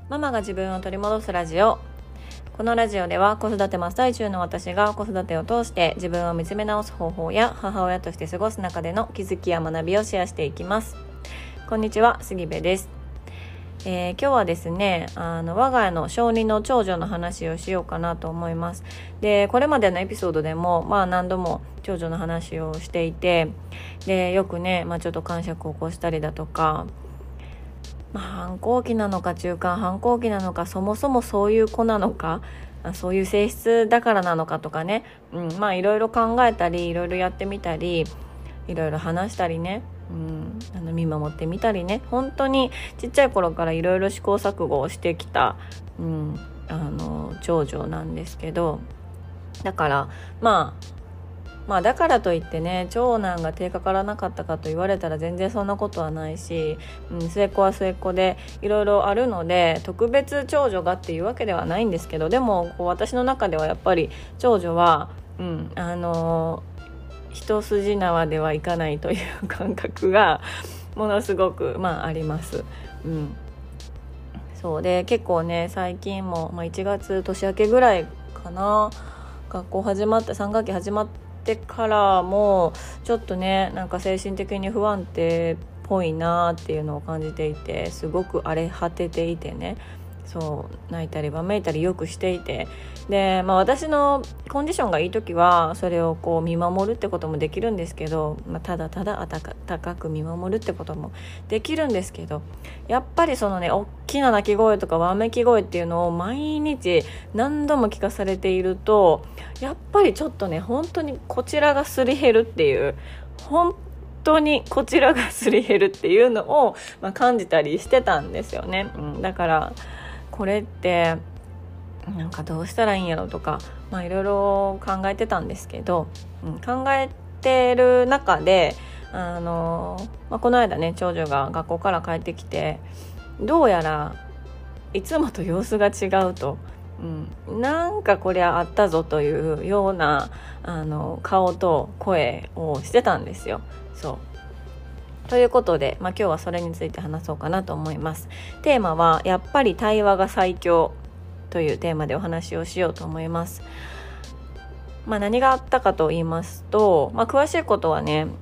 ママが自分を取り戻すラジオ。このラジオでは子育て真っ最中の私が子育てを通して自分を見つめ直す方法や母親として過ごす中での気づきや学びをシェアしていきます。こんにちは、杉部です。今日はですね、我が家の小児の長女の話をしようかなと思います。で、これまでのエピソードでも何度も長女の話をしていて、でよくね、ちょっと癇癪を起こしたりだとか、反抗期なのか中間反抗期なのか、そもそもそういう子なのか、そういう性質だからなのかとかね、いろいろ考えたり、いろいろやってみたり、いろいろ話したりね、見守ってみたりね、本当にちっちゃい頃からいろいろ試行錯誤をしてきた、長女なんですけど、だからだからといってね、長男が手かからなかったかと言われたら全然そんなことはないし、末っ子は末っ子でいろいろあるので、特別長女がっていうわけではないんですけど、でも私の中ではやっぱり長女は、一筋縄ではいかないという感覚がものすごくあります。そうで、結構ね、最近も、1月年明けぐらいかな、学校始まって3学期始まってからもちょっとね、精神的に不安定っぽいなっていうのを感じていて、すごく荒れ果てていてね、そう泣いたりわめいたりよくしていて、で、私のコンディションがいい時はそれを見守るってこともできるんですけど、ただただ温かく見守るってこともできるんですけど、やっぱりそのね、大きな泣き声とかわめき声っていうのを毎日何度も聞かされていると、やっぱりちょっとね、本当にこちらがすり減るっていう、本当にこちらがすり減るっていうのを、感じたりしてたんですよね。だからこれってどうしたらいいんやろとか、いろいろ考えてたんですけど、考えてる中でこの間ね、長女が学校から帰ってきて、どうやらいつもと様子が違うと、こりゃあったぞというような顔と声をしてたんですよ。ということで、今日はそれについて話そうかなと思います。テーマはやっぱり対話が最強というテーマでお話をしようと思います。何があったかと言いますと、詳しいことはね、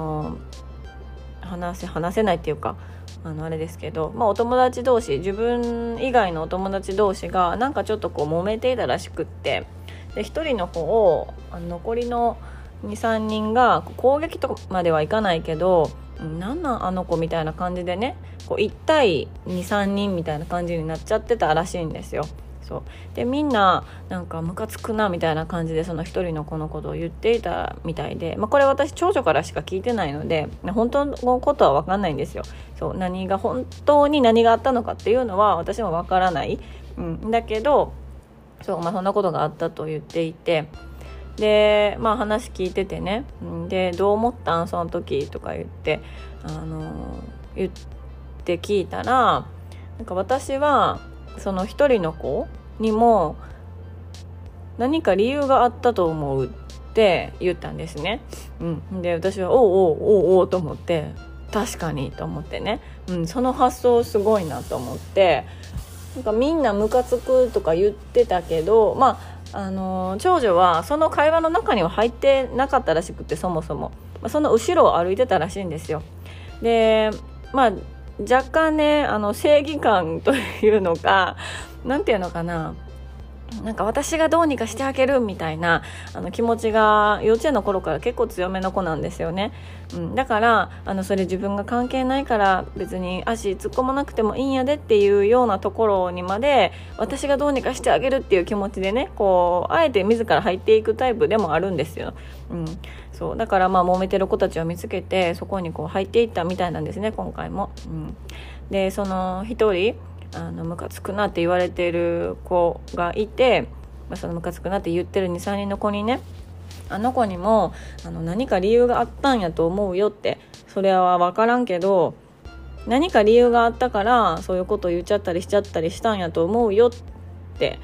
話せないっていうか、あれですけど、お友達同士、自分以外のお友達同士がちょっと揉めていたらしくって、で一人の方を残りの 2,3 人が攻撃とまではいかないけど、なんあの子みたいな感じでね、1対 2,3 人みたいな感じになっちゃってたらしいんですよ。でみんなムカつくなみたいな感じで、その一人の子のことを言っていたみたいで、これ私長女からしか聞いてないので本当のことは分かんないんですよ。本当に何があったのかっていうのは私も分からない、だけどそんなことがあったと言っていて、で話聞いててね、でどう思ったんその時とか言って言って聞いたら、私はその一人の子にも何か理由があったと思うって言ったんですね。で私はおうと思って、確かにと思ってね、その発想すごいなと思って、みんなムカつくとか言ってたけど、長女はその会話の中には入ってなかったらしくて、そもそも、その後ろを歩いてたらしいんですよ。で若干ね、正義感というのか、なんていうのかな、私がどうにかしてあげるみたいな気持ちが幼稚園の頃から結構強めの子なんですよね。だからそれ自分が関係ないから別に足突っ込まなくてもいいんやでっていうようなところにまで、私がどうにかしてあげるっていう気持ちでね、あえて自ら入っていくタイプでもあるんですよ。だから揉めてる子たちを見つけて、そこに入っていったみたいなんですね、今回も。でその一人ムカつくなって言われている子がいて、そのムカつくなって言ってる 2,3 人の子にね、あの子にも何か理由があったんやと思うよって、それは分からんけど何か理由があったからそういうことを言っちゃったりしちゃったりしたんやと思うよって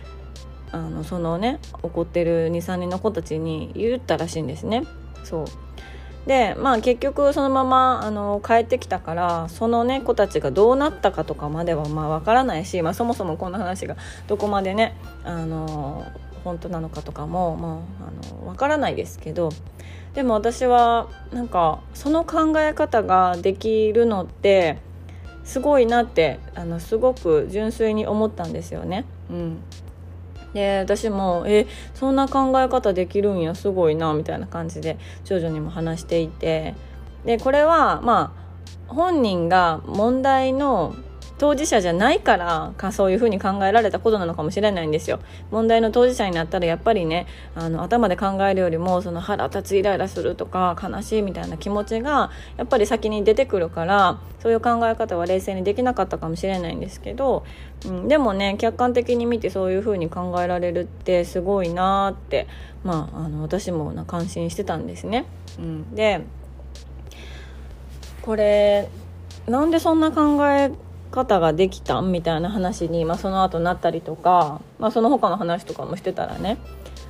そのね、怒ってる 2,3 人の子たちに言ったらしいんですね。 で結局そのまま帰ってきたから、そのね子たちがどうなったかとかまでは分からないし、そもそもこんな話がどこまでね本当なのかとかも、分からないですけど、でも私はなんかその考え方ができるのってすごいなってすごく純粋に思ったんですよね。で私もそんな考え方できるんや、すごいなみたいな感じで長女にも話していて、でこれは本人が問題の当事者じゃないからそういうふうに考えられたことなのかもしれないんですよ。問題の当事者になったらやっぱりね頭で考えるよりもその腹立つイライラするとか悲しいみたいな気持ちがやっぱり先に出てくるから、そういう考え方は冷静にできなかったかもしれないんですけど、でもね客観的に見てそういうふうに考えられるってすごいなって、私も感心してたんですね。でこれなんでそんな考え方ができたみたいな話に、その後なったりとか、その他の話とかもしてたらね、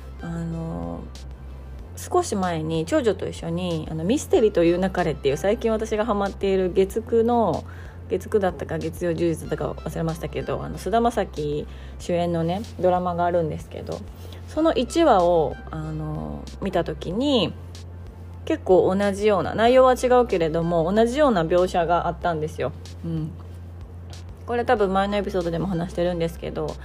少し前に長女と一緒にミステリという流れっていう最近私がハマっている月9だったか月曜10時だったか忘れましたけど、菅田将暉主演のねドラマがあるんですけど、その1話を見た時に結構同じような内容は違うけれども同じような描写があったんですよ。これ多分前のエピソードでも話してるんですけど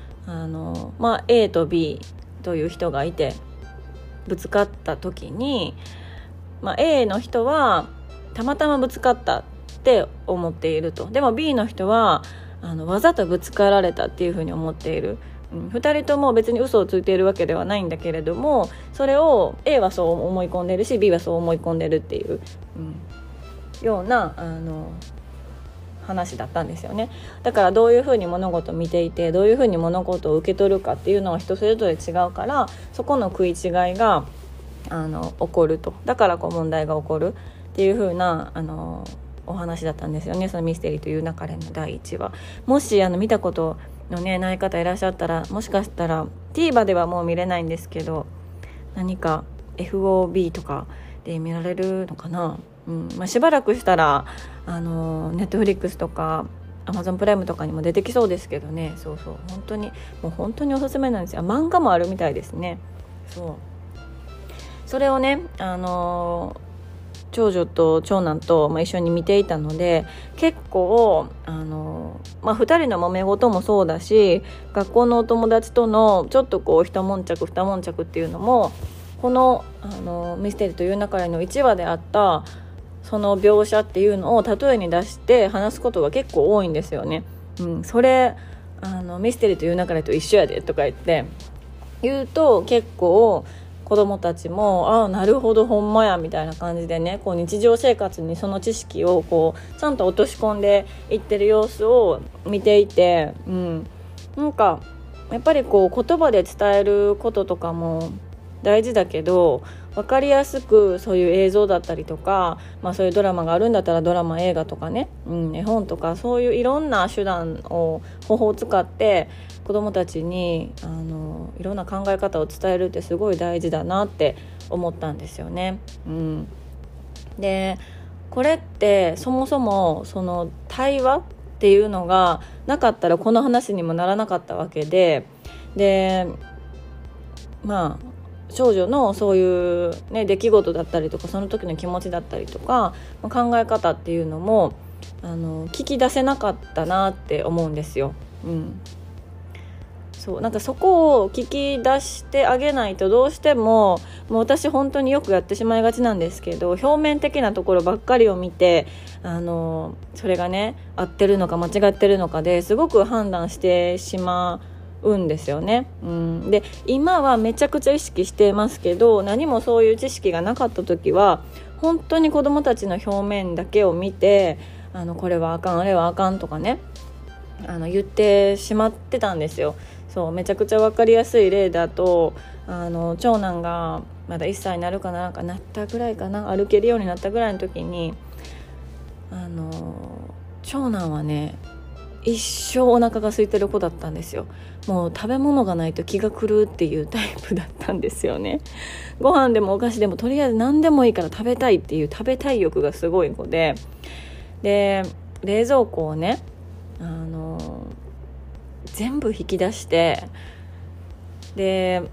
A と B という人がいてぶつかった時に、A の人はたまたまぶつかったって思っていると、でも B の人はわざとぶつかられたっていうふうに思っている。2人とも別に嘘をついているわけではないんだけれども、それを A はそう思い込んでるし B はそう思い込んでるっていう、ような話だったんですよね。だからどういうふうに物事を見ていてどういうふうに物事を受け取るかっていうのは人それぞれ違うから、そこの食い違いが起こると、だから問題が起こるっていうふうなお話だったんですよね。そのミステリーという流れの第1話、もし見たことのねない方いらっしゃったら、もしかしたら TVer ではもう見れないんですけど、何か FOB とかで見られるのかな。しばらくしたらNetflix とか Amazon プライムとかにも出てきそうですけどね。そう本当におすすめなんですよ。漫画もあるみたいですね。それをね長女と長男と、一緒に見ていたので、結構2人の揉め事もそうだし、学校のお友達とのちょっと一悶着二悶着っていうのもこのミステリーという流れの1話であったその描写っていうのを例えに出して話すことが結構多いんですよね。それミステリーという流れと一緒やでとか言うと結構子供たちもなるほどほんまやみたいな感じでね、日常生活にその知識をちゃんと落とし込んでいってる様子を見ていて、なんかやっぱり言葉で伝えることとかも大事だけど、分かりやすくそういう映像だったりとか、そういうドラマがあるんだったらドラマ映画とかね、絵本とかそういういろんな方法を使って子どもたちにいろんな考え方を伝えるってすごい大事だなって思ったんですよね。でこれってそもそもその対話っていうのがなかったらこの話にもならなかったわけで、少女のそういう、出来事だったりとかその時の気持ちだったりとか、考え方っていうのも聞き出せなかったなって思うんですよ。そこを聞き出してあげないとどうしてもう私本当によくやってしまいがちなんですけど、表面的なところばっかりを見てそれがね合ってるのか間違ってるのかですごく判断してしまうんですよね。で今はめちゃくちゃ意識してますけど、何もそういう知識がなかった時は本当に子どもたちの表面だけを見てこれはあかんあれはあかんとかね言ってしまってたんですよ。めちゃくちゃ分かりやすい例だと長男がまだ1歳になるかなったぐらいかな、歩けるようになったぐらいの時に長男はね一生お腹が空いてる子だったんですよ。もう食べ物がないと気が狂うっていうタイプだったんですよね。ご飯でもお菓子でもとりあえず何でもいいから食べたいっていう食べたい欲がすごい子で、冷蔵庫をね、全部引き出して、で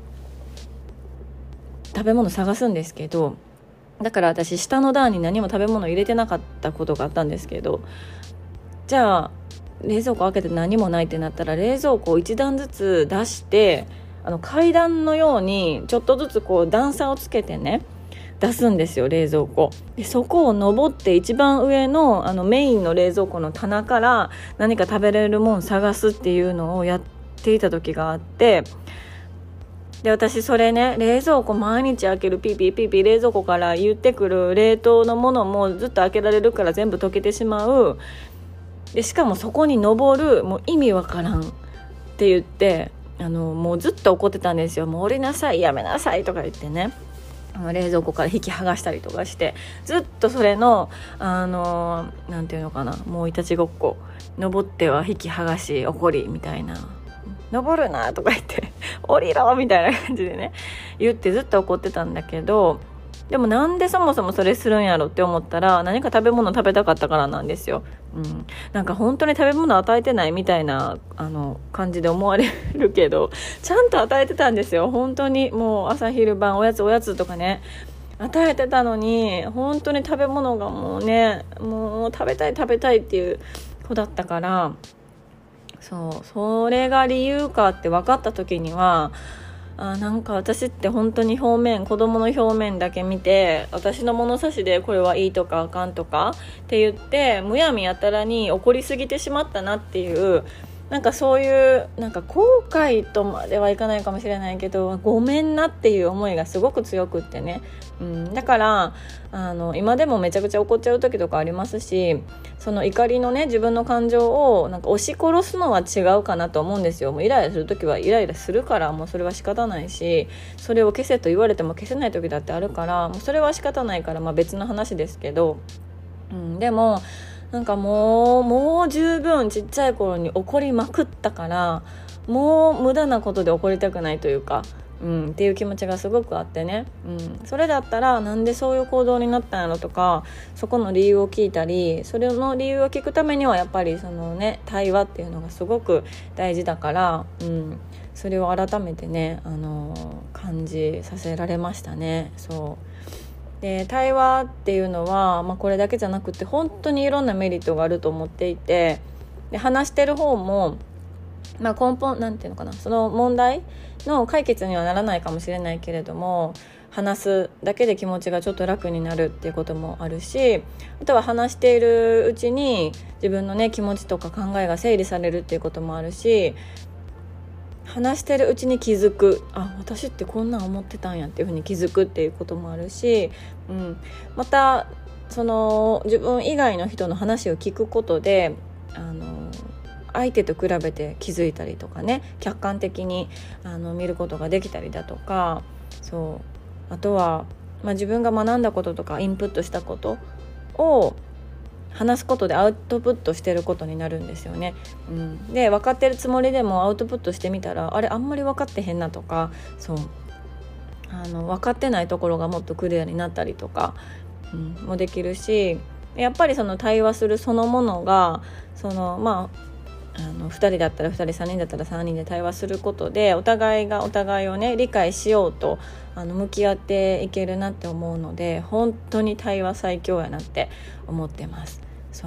食べ物探すんですけど、だから私下の段に何も食べ物入れてなかったことがあったんですけど、じゃあ冷蔵庫開けて何もないってなったら、冷蔵庫を一段ずつ出して、階段のようにちょっとずつこう段差をつけてね出すんですよ、冷蔵庫で。そこを登って一番上のメインの冷蔵庫の棚から何か食べれるもん探すっていうのをやっていた時があって、で私それね、冷蔵庫毎日開ける、ピーピーピーピー冷蔵庫から言ってくる冷凍のものもずっと開けられるから全部溶けてしまう。でしかもそこに登る、もう意味わからんって言って、もうずっと怒ってたんですよ。もう降りなさい、やめなさいとか言ってね、冷蔵庫から引き剥がしたりとかして、ずっとそれのなんていうのかな、もういたちごっこ、登っては引き剥がし怒りみたいな、登るなとか言って降りろみたいな感じでね言ってずっと怒ってたんだけど、でもなんでそもそもそれするんやろって思ったら、何か食べ物食べたかったからなんですよ。なんか本当に食べ物与えてないみたいな感じで思われるけど、ちゃんと与えてたんですよ。本当にもう朝昼晩おやつとかね与えてたのに、本当に食べ物がもう食べたいっていう子だったから、それが理由かって分かった時には、なんか私って本当に子供の表面だけ見て、私の物差しでこれはいいとかあかんとかって言ってむやみやたらに怒りすぎてしまったなっていう、なんかそういうなんか後悔とまではいかないかもしれないけど、ごめんなっていう思いがすごく強くってね、だから今でもめちゃくちゃ怒っちゃう時とかありますし、その怒りのね自分の感情をなんか押し殺すのは違うかなと思うんですよ。もうイライラする時はイライラするから、もうそれは仕方ないし、それを消せと言われても消せない時だってあるから、もうそれは仕方ないから、別の話ですけど、でもなんかもう十分ちっちゃい頃に怒りまくったから、もう無駄なことで怒りたくないというか、っていう気持ちがすごくあってね、それだったらなんでそういう行動になったんやろとか、そこの理由を聞いたり、それの理由を聞くためにはやっぱりそのね対話っていうのがすごく大事だから、それを改めてね、感じさせられましたね。で対話っていうのは、これだけじゃなくて本当にいろんなメリットがあると思っていて、で話してる方も、根本なんていうのかな、その問題の解決にはならないかもしれないけれども、話すだけで気持ちがちょっと楽になるっていうこともあるし、あとは話しているうちに自分のね気持ちとか考えが整理されるっていうこともあるし、話してるうちに気づく、私ってこんなん思ってたんやっていうふうに気づくっていうこともあるし、またその自分以外の人の話を聞くことで相手と比べて気づいたりとかね、客観的に見ることができたりだとか、あとは、自分が学んだこととかインプットしたことを話すことでアウトプットしてることになるんですよね。で分かってるつもりでもアウトプットしてみたら、あんまり分かってへんなとか、分かってないところがもっとクリアになったりとか、もできるし、やっぱりその対話するそのものが2人だったら2人、3人だったら3人で対話することで、お互いがお互いをね理解しようと向き合っていけるなって思うので、本当に対話最強やなって思ってます。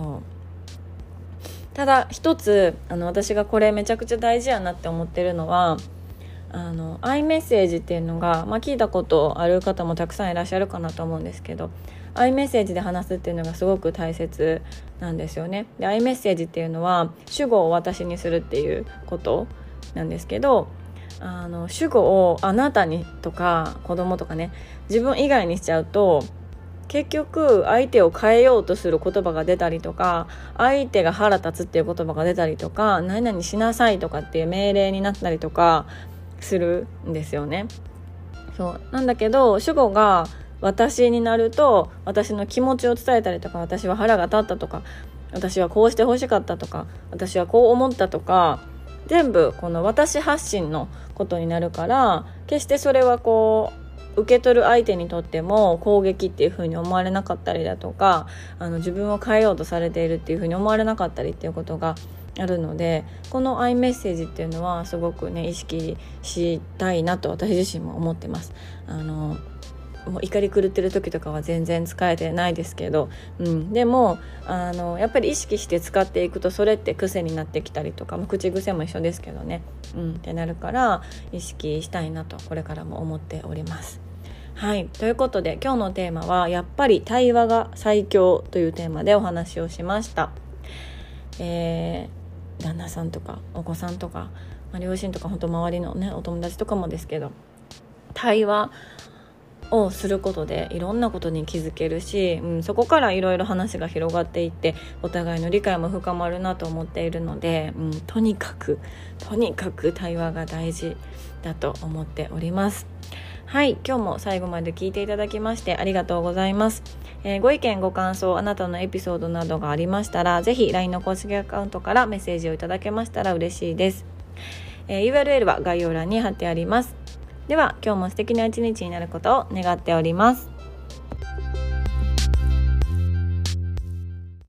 ただ一つ私がこれめちゃくちゃ大事やなって思ってるのは、アイメッセージっていうのが、聞いたことある方もたくさんいらっしゃるかなと思うんですけど、アイメッセージで話すっていうのがすごく大切なんですよね。でアイメッセージっていうのは主語を私にするっていうことなんですけど、主語をあなたにとか子供とかね、自分以外にしちゃうと結局相手を変えようとする言葉が出たりとか、相手が腹立つっていう言葉が出たりとか、何々しなさいとかっていう命令になったりとかするんですよね。なんだけど主語が私になると、私の気持ちを伝えたりとか、私は腹が立ったとか、 私はこうしてほしかったとか、私はこう思ったとか、全部この私発信のことになるから、決してそれはこう受け取る相手にとっても攻撃っていう風に思われなかったりだとか、自分を変えようとされているっていう風に思われなかったりっていうことがあるので、このアイメッセージっていうのはすごくね意識したいなと私自身も思ってます。もう怒り狂ってる時とかは全然使えてないですけど、でもやっぱり意識して使っていくとそれって癖になってきたりとか、口癖も一緒ですけどね、ってなるから意識したいなとこれからも思っております。はい、ということで今日のテーマはやっぱり対話が最強というテーマでお話をしました。旦那さんとかお子さんとか、両親とか本当周りのねお友達とかもですけど、対話をすることでいろんなことに気づけるし、そこからいろいろ話が広がっていってお互いの理解も深まるなと思っているので、とにかく対話が大事だと思っております。はい、今日も最後まで聞いていただきましてありがとうございます。ご意見ご感想、あなたのエピソードなどがありましたら、ぜひ LINE の公式アカウントからメッセージをいただけましたら嬉しいです。URL は概要欄に貼ってあります。では今日も素敵な一日になることを願っております。